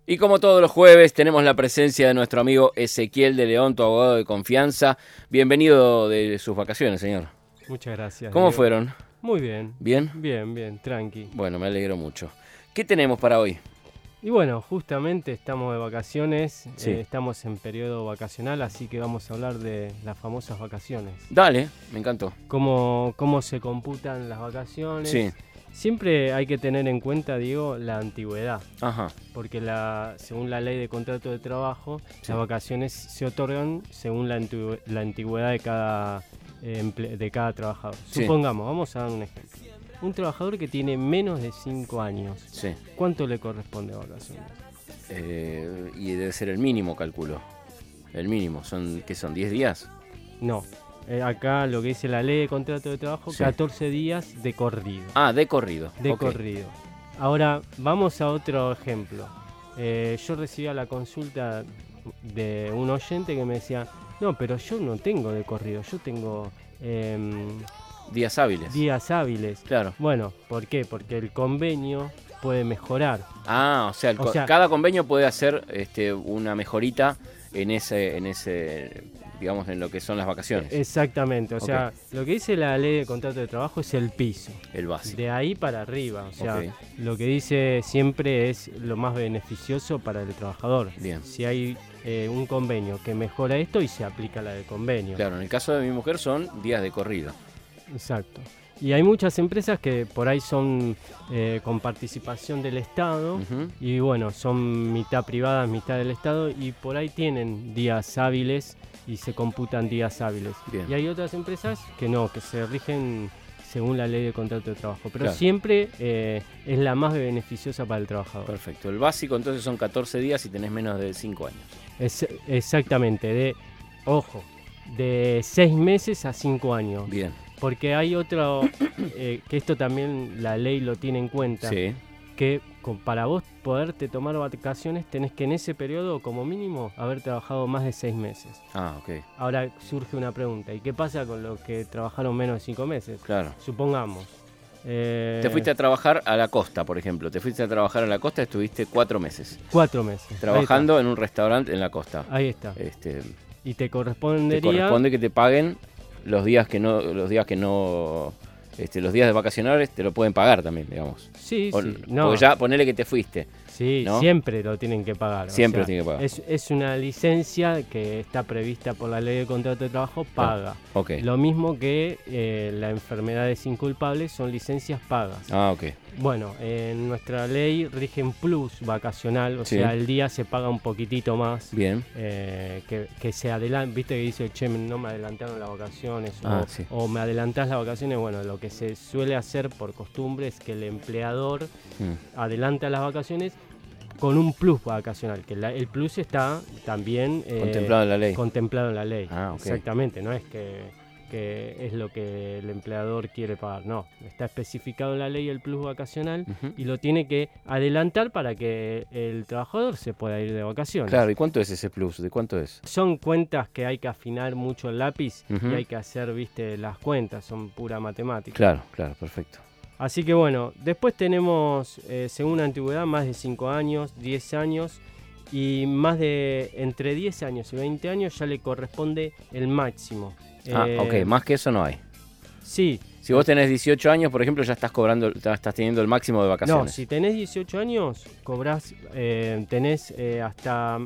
Y como todos los jueves tenemos la presencia de nuestro amigo Ezequiel de León, tu abogado de confianza. Bienvenido de sus vacaciones, señor. Muchas gracias. ¿Cómo Diego. fueron? Muy bien. ¿Bien? Bien, tranqui. Bueno, me alegro mucho. ¿Qué tenemos para hoy? Y bueno, justamente estamos de vacaciones, Sí. estamos en periodo vacacional, así que vamos a hablar de las famosas vacaciones. Dale, me encantó. ¿Cómo se computan las vacaciones? Sí. Siempre hay que tener en cuenta, Diego, la antigüedad, Ajá. porque según la ley de contrato de trabajo, Sí. las vacaciones se otorgan según la antigüedad de cada trabajador. Sí. Supongamos, vamos a dar un ejemplo. Un trabajador que tiene menos de 5 años, Sí. ¿cuánto le corresponde de vacaciones? Y debe ser el mínimo, calculo. El mínimo. ¿Qué son? ¿10 días? No. Acá lo que dice la ley de contrato de trabajo, Sí. 14 días de corrido. Ah, de corrido. De Ok. corrido. Ahora, vamos a otro ejemplo. Yo recibía la consulta de un oyente que me decía, no, pero yo no tengo de corrido, yo tengo Días hábiles. días hábiles. Claro. Bueno, ¿por qué? Porque el convenio puede mejorar. Ah, o sea, cada convenio puede hacer una mejorita en ese, digamos, en lo que son las vacaciones. Exactamente, o sea, lo que dice la ley de contrato de trabajo es el piso. El básico. De ahí para arriba, o sea, Ok. lo que dice siempre es lo más beneficioso para el trabajador. Bien. Si hay un convenio que mejora esto y se aplica la del convenio. Claro, en el caso de mi mujer son días de corrido. Exacto. Y hay muchas empresas que por ahí son con participación del Estado. Ujú. Y bueno, son mitad privadas, mitad del Estado, y por ahí tienen días hábiles y se computan días hábiles. Bien. Y hay otras empresas que no, que se rigen según la ley de contrato de trabajo. Pero Claro. siempre es la más beneficiosa para el trabajador. Perfecto. El básico entonces son 14 días si tenés menos de 5 años. Exactamente, ojo, de 6 meses a 5 años. Bien. Porque hay otro, que esto también la ley lo tiene en cuenta, Sí. que para vos poderte tomar vacaciones tenés que en ese periodo como mínimo haber trabajado más de 6 meses. Ah, ok. Ahora surge una pregunta, ¿y qué pasa con los que trabajaron menos de 5 meses? Claro. Supongamos. Te fuiste a trabajar a la costa, por ejemplo. Te fuiste a trabajar a la costa, estuviste 4 meses 4 meses. trabajando en un restaurante en la costa. Ahí está. Te Y te correspondería... corresponde que te paguen los días que no, los días de vacacionales te lo pueden pagar también, digamos. Sí, O- sí. No, Porque ya ponele que te fuiste. sí, ¿no? siempre lo tienen que pagar. Siempre lo tienen que pagar. Es una licencia que está prevista por la ley de contrato de trabajo, paga. Ok. Lo mismo que la enfermedades inculpables son licencias pagas. Ah, ok. Bueno, en nuestra ley rige un plus vacacional, o Sí. sea, el día se paga un poquitito más. Bien. Que se adelanta, viste que dice, che, no me adelantaron las vacaciones, Ah, sí. o me adelantás las vacaciones. Bueno, lo que se suele hacer por costumbre es que el empleador adelanta las vacaciones con un plus vacacional, que el plus está también Contemplado en la ley. contemplado en la ley. Ah, ok. Exactamente, no es que es lo que el empleador quiere pagar, no, está especificado en la ley el plus vacacional Ujú. y lo tiene que adelantar para que el trabajador se pueda ir de vacaciones. Claro, ¿y cuánto es ese plus? ¿De cuánto es? Son cuentas que hay que afinar mucho el lápiz Ujú. y hay que hacer, viste, las cuentas, son pura matemática. Claro, perfecto. Así que bueno, después tenemos, según la antigüedad, más de 5 años, 10 años y más de entre 10 años y 20 años ya le corresponde el máximo. Ok, más que eso no hay. Sí. Si vos tenés 18 años, por ejemplo, ya estás teniendo el máximo de vacaciones. No, si tenés 18 años, cobrás, tenés hasta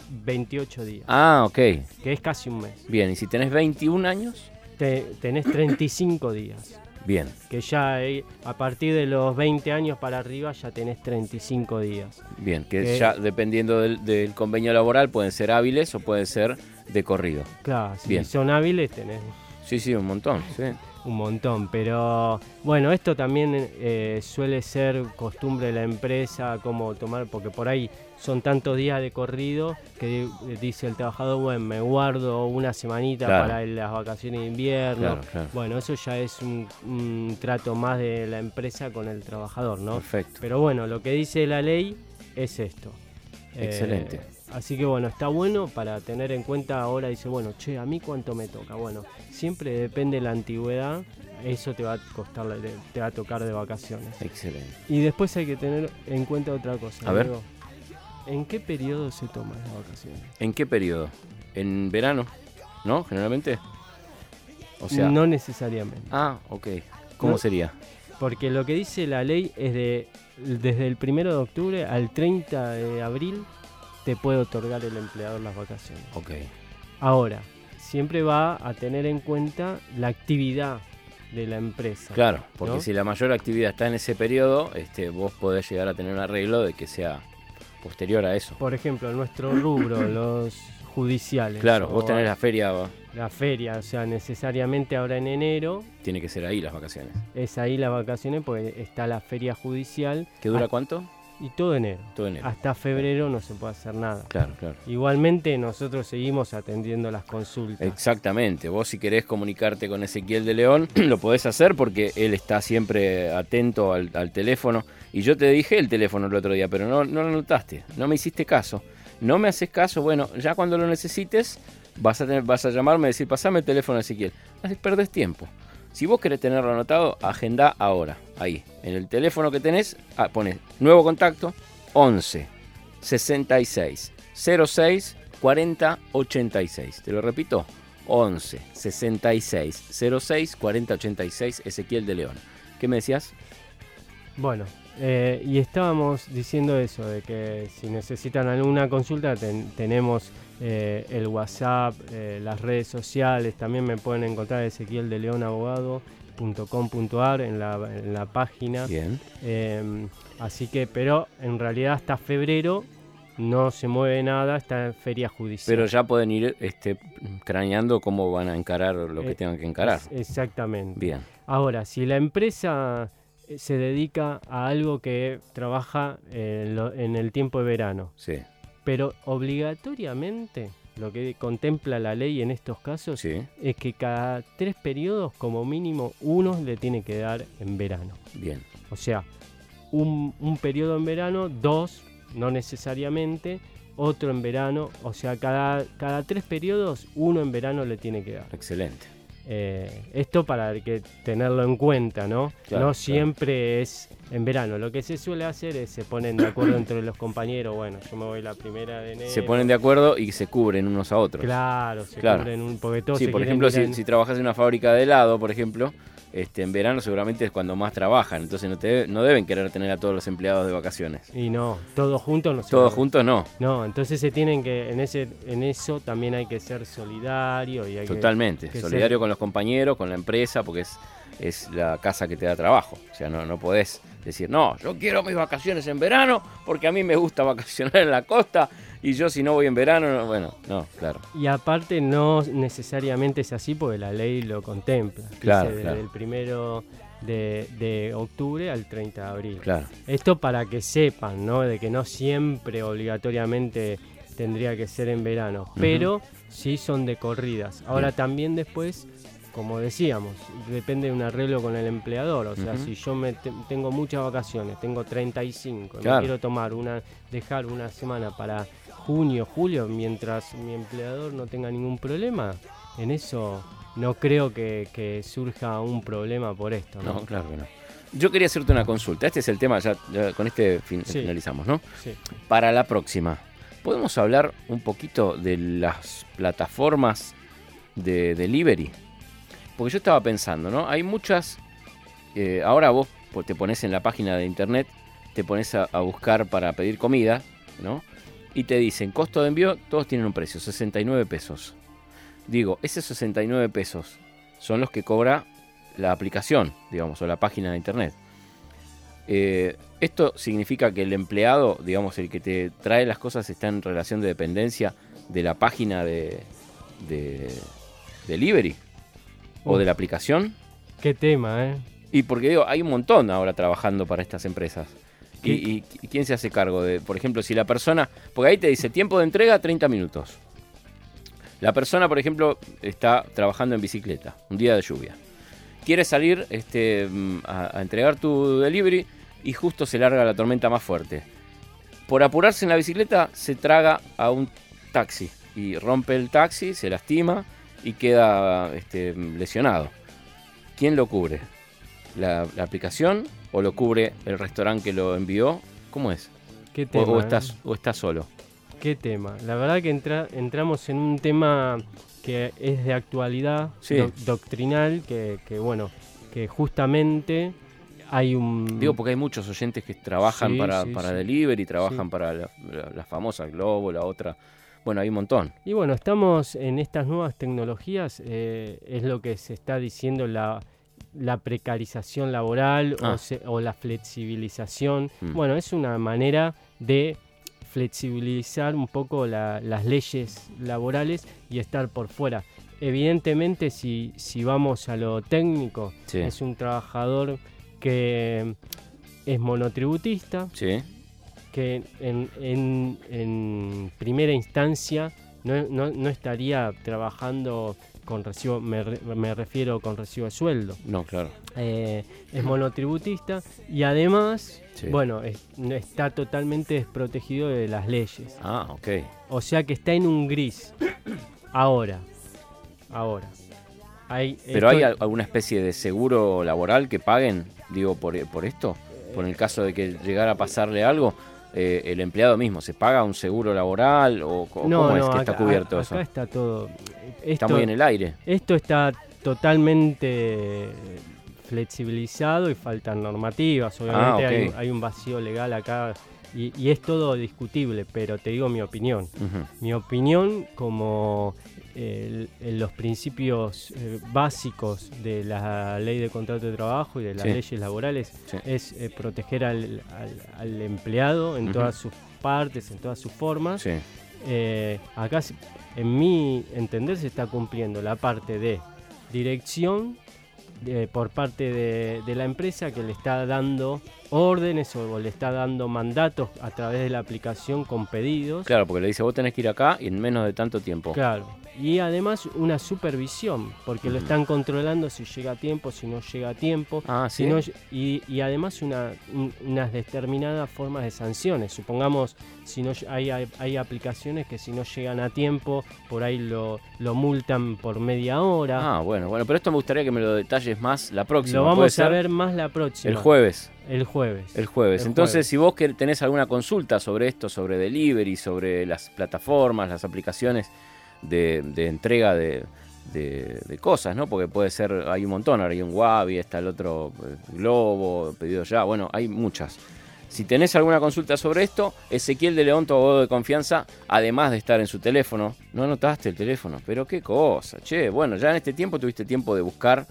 28 días, Ah, ok. que es casi un mes. Bien, ¿y si tenés 21 años? Tenés 35 días. Bien. Que ya a partir de los 20 años para arriba ya tenés 35 días. Bien, que ya dependiendo del convenio laboral pueden ser hábiles o pueden ser de corrido. Claro, si Bien. son hábiles tenés Sí, un montón. Sí. un montón, pero bueno, esto también suele ser costumbre de la empresa, como tomar, porque por ahí son tantos días de corrido que dice el trabajador, bueno, me guardo una semanita Claro. para las vacaciones de invierno. Claro. Bueno, eso ya es un trato más de la empresa con el trabajador, ¿no? Perfecto. Pero bueno, lo que dice la ley es esto. Excelente. Así que bueno, está bueno para tener en cuenta ahora, dice, bueno, che, ¿a mí cuánto me toca? Bueno, siempre depende de la antigüedad, eso te va a costar, te va a tocar de vacaciones. Excelente. Y después hay que tener en cuenta otra cosa. A ver. Diego. ¿En qué periodo se toman las vacaciones? ¿En qué periodo? ¿En verano? ¿No? Generalmente. O sea. No necesariamente. Ah, ok. ¿Cómo sería? Porque lo que dice la ley es desde el 1 de octubre al 30 de abril te puede otorgar el empleador las vacaciones. Ok. Ahora, siempre va a tener en cuenta la actividad de la empresa. Claro, porque ¿no? si la mayor actividad está en ese periodo, vos podés llegar a tener un arreglo de que sea posterior a eso. Por ejemplo, en nuestro rubro, los judiciales. Claro, vos tenés la feria. La feria, o sea, necesariamente ahora en enero. Tiene que ser ahí las vacaciones. Es ahí las vacaciones porque está la feria judicial. ¿Que dura cuánto? Y todo enero. Todo enero. Hasta febrero no se puede hacer nada. Claro, claro. Igualmente nosotros seguimos atendiendo las consultas. Exactamente. Vos si querés comunicarte con Ezequiel de León, lo podés hacer porque él está siempre atento al teléfono. Y yo te dije el teléfono el otro día, pero no lo notaste. No me hiciste caso. No me haces caso. Bueno, ya cuando lo necesites, vas a llamarme y decir, pasame el teléfono de Ezequiel. Así perdés tiempo. Si vos querés tenerlo anotado, agendá ahora, ahí. En el teléfono que tenés, pones nuevo contacto, 11 66 06 40 86. Te lo repito, 11 66 06 40 86, Ezequiel de León. ¿Qué me decías? Bueno, y estábamos diciendo eso, de que si necesitan alguna consulta, tenemos el WhatsApp, las redes sociales, también me pueden encontrar ezequielDeleonabogado.com.ar en la página. Bien. Así que, pero en realidad hasta febrero no se mueve nada, está en feria judicial. Pero ya pueden ir craneando cómo van a encarar lo que tengan que encarar. Exactamente. Bien. Ahora, si la empresa se dedica a algo que trabaja en el tiempo de verano, sí, pero obligatoriamente lo que contempla la ley en estos casos sí, es que cada 3 periodos como mínimo uno le tiene que dar en verano. Bien. O sea, un periodo en verano, 2 no necesariamente, otro en verano, o sea, cada 3 periodos uno en verano le tiene que dar. Excelente. Esto para que tenerlo en cuenta, ¿no? Claro, no siempre es en verano. Lo que se suele hacer es se ponen de acuerdo entre los compañeros. Bueno, yo me voy la 1 de enero. Se ponen de acuerdo y se cubren unos a otros. Claro, cubren porque todos sí, se por ejemplo, mirar... si trabajas en una fábrica de helado, por ejemplo, en verano seguramente es cuando más trabajan. Entonces no deben querer tener a todos los empleados de vacaciones. Y no, todos juntos no se Todos juntos no. No, entonces se tienen que, en eso también hay que ser solidario. Y hay Totalmente, que solidario con los compañeros, con la empresa, porque es la casa que te da trabajo. O sea, no podés decir, no, yo quiero mis vacaciones en verano porque a mí me gusta vacacionar en la costa y yo si no voy en verano, no, claro. Y aparte no necesariamente es así porque la ley lo contempla. Claro, desde el 1 de octubre al 30 de abril. Claro. Esto para que sepan, ¿no? De que no siempre obligatoriamente tendría que ser en verano, pero sí son de corridas. Ahora también después, como decíamos, depende de un arreglo con el empleador. O sea, si yo tengo muchas vacaciones, tengo 35, me quiero tomar dejar una semana para junio, julio, mientras mi empleador no tenga ningún problema, en eso no creo que surja un problema por esto, ¿no? No, claro que no. Yo quería hacerte una consulta. Este es el tema, ya con finalizamos, ¿no? Sí. Para la próxima, ¿podemos hablar un poquito de las plataformas de delivery? Porque yo estaba pensando, ¿no? Hay muchas... ahora vos te pones en la página de internet, te pones a buscar para pedir comida, ¿no? Y te dicen, costo de envío, todos tienen un precio, 69 pesos. Digo, esos 69 pesos son los que cobra la aplicación, digamos, o la página de internet. Esto significa que el empleado, digamos, el que te trae las cosas está en relación de dependencia de la página de delivery o de la aplicación. Qué tema, ¿eh? Y porque digo, hay un montón ahora trabajando para estas empresas. ¿Y quién se hace cargo de, por ejemplo, si la persona... Porque ahí te dice, tiempo de entrega, 30 minutos. La persona, por ejemplo, está trabajando en bicicleta, un día de lluvia. Quiere salir a entregar tu delivery y justo se larga la tormenta más fuerte. Por apurarse en la bicicleta, se traga a un taxi y rompe el taxi, se lastima y queda lesionado. ¿Quién lo cubre? ¿La aplicación o lo cubre el restaurante que lo envió? ¿Cómo es? ¿Qué tema? ¿O estás solo? ¿Qué tema? La verdad que entramos en un tema que es de actualidad, Sí. doctrinal, que bueno, que justamente hay un... Digo porque hay muchos oyentes que trabajan Sí, para sí. delivery, trabajan Sí. para la famosa Globo, la otra. Bueno, hay un montón. Y bueno, estamos en estas nuevas tecnologías, es lo que se está diciendo la precarización laboral o la flexibilización. Bueno, es una manera de flexibilizar un poco las leyes laborales y estar por fuera. Evidentemente, si vamos a lo técnico, Sí. es un trabajador que es monotributista, Sí. que en primera instancia no estaría trabajando con recibo, me refiero con recibo de sueldo. No, claro. Es monotributista y además, Sí. bueno, está totalmente desprotegido de las leyes. Ah, ok. O sea que está en un gris. Ahora. ¿Pero hay alguna especie de seguro laboral que paguen, digo, por esto? Por el caso de que llegara a pasarle algo, el empleado mismo, ¿se paga un seguro laboral o cómo es que está cubierto eso? Acá está todo. Está muy en el aire. Esto está totalmente flexibilizado y faltan normativas. Obviamente okay. hay un vacío legal acá y es todo discutible, pero te digo mi opinión. Uh-huh. Mi opinión como los principios básicos de la ley de contrato de trabajo y de las leyes laborales es proteger al empleado en todas sus partes, en todas sus formas. Sí. Acá, en mi entender, se está cumpliendo la parte de dirección por parte de la empresa, que le está dando órdenes o le está dando mandatos a través de la aplicación con pedidos. Claro, porque le dice, vos tenés que ir acá y en menos de tanto tiempo. Claro. Y además una supervisión, porque lo están controlando si llega a tiempo, si no llega a tiempo. ¿Sí? Y además unas determinadas formas de sanciones. Supongamos, si no hay aplicaciones que si no llegan a tiempo, por ahí lo multan por media hora. Bueno, pero esto me gustaría que me lo detalles más la próxima. Lo vamos a ver más la próxima. El jueves. El jueves. Entonces, si vos tenés alguna consulta sobre esto, sobre delivery, sobre las plataformas, las aplicaciones de entrega de cosas, ¿no? Porque puede ser, hay un montón, ahora hay un Wabi, está el otro Globo, Pedido Ya, bueno, hay muchas. Si tenés alguna consulta sobre esto, Ezequiel de León, tu abogado de confianza, además de estar en su teléfono, no anotaste el teléfono, pero qué cosa, bueno, ya en este tiempo tuviste tiempo de buscar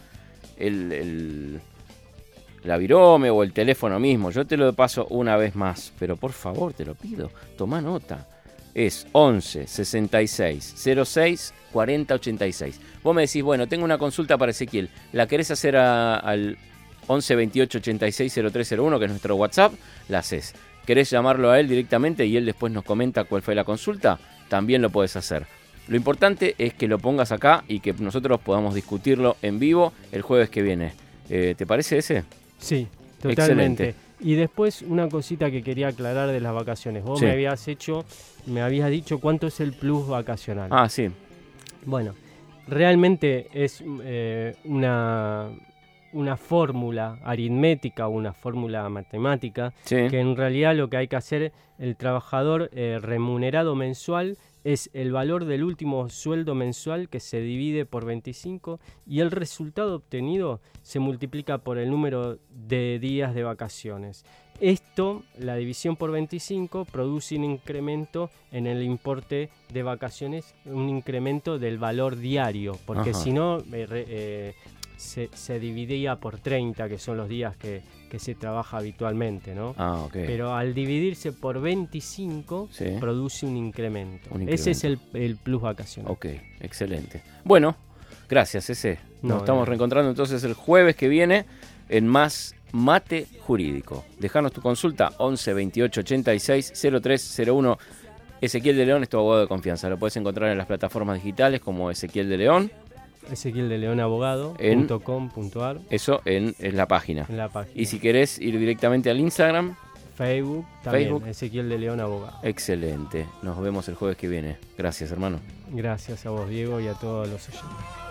la virome o el teléfono mismo. Yo te lo paso una vez más, pero por favor, te lo pido, toma nota. Es 11 66 06 40 86. Vos me decís, bueno, tengo una consulta para Ezequiel. ¿La querés hacer al 11 28 86 0301, que es nuestro WhatsApp? La haces. ¿Querés llamarlo a él directamente y él después nos comenta cuál fue la consulta? También lo podés hacer. Lo importante es que lo pongas acá y que nosotros podamos discutirlo en vivo el jueves que viene. ¿Te parece ese? Sí, totalmente. Excelente. Y después una cosita que quería aclarar de las vacaciones. Vos me habías dicho cuánto es el plus vacacional. Sí. Bueno, realmente es una fórmula aritmética o una fórmula matemática que en realidad lo que hay que hacer, el trabajador remunerado mensual es el valor del último sueldo mensual que se divide por 25 y el resultado obtenido se multiplica por el número de días de vacaciones. Esto, la división por 25, produce un incremento en el importe de vacaciones, un incremento del valor diario, porque si no se dividía por 30, que son los días que se trabaja habitualmente, ¿no? Pero al dividirse por 25 produce un incremento. Ese es el plus vacacional. Ok, excelente. Bueno, gracias, ese. Nos estamos reencontrando entonces el jueves que viene en Más Mate Jurídico. Dejanos tu consulta 11 28 86 0301. Ezequiel de León es tu abogado de confianza. Lo puedes encontrar en las plataformas digitales como Ezequiel de León. ezequielDeleonabogado.com.ar. Eso es la página. En la página. Y si querés ir directamente al Instagram, Facebook, también, Ezequiel de León Abogado. Excelente. Nos vemos el jueves que viene. Gracias, hermano. Gracias a vos, Diego, y a todos los oyentes.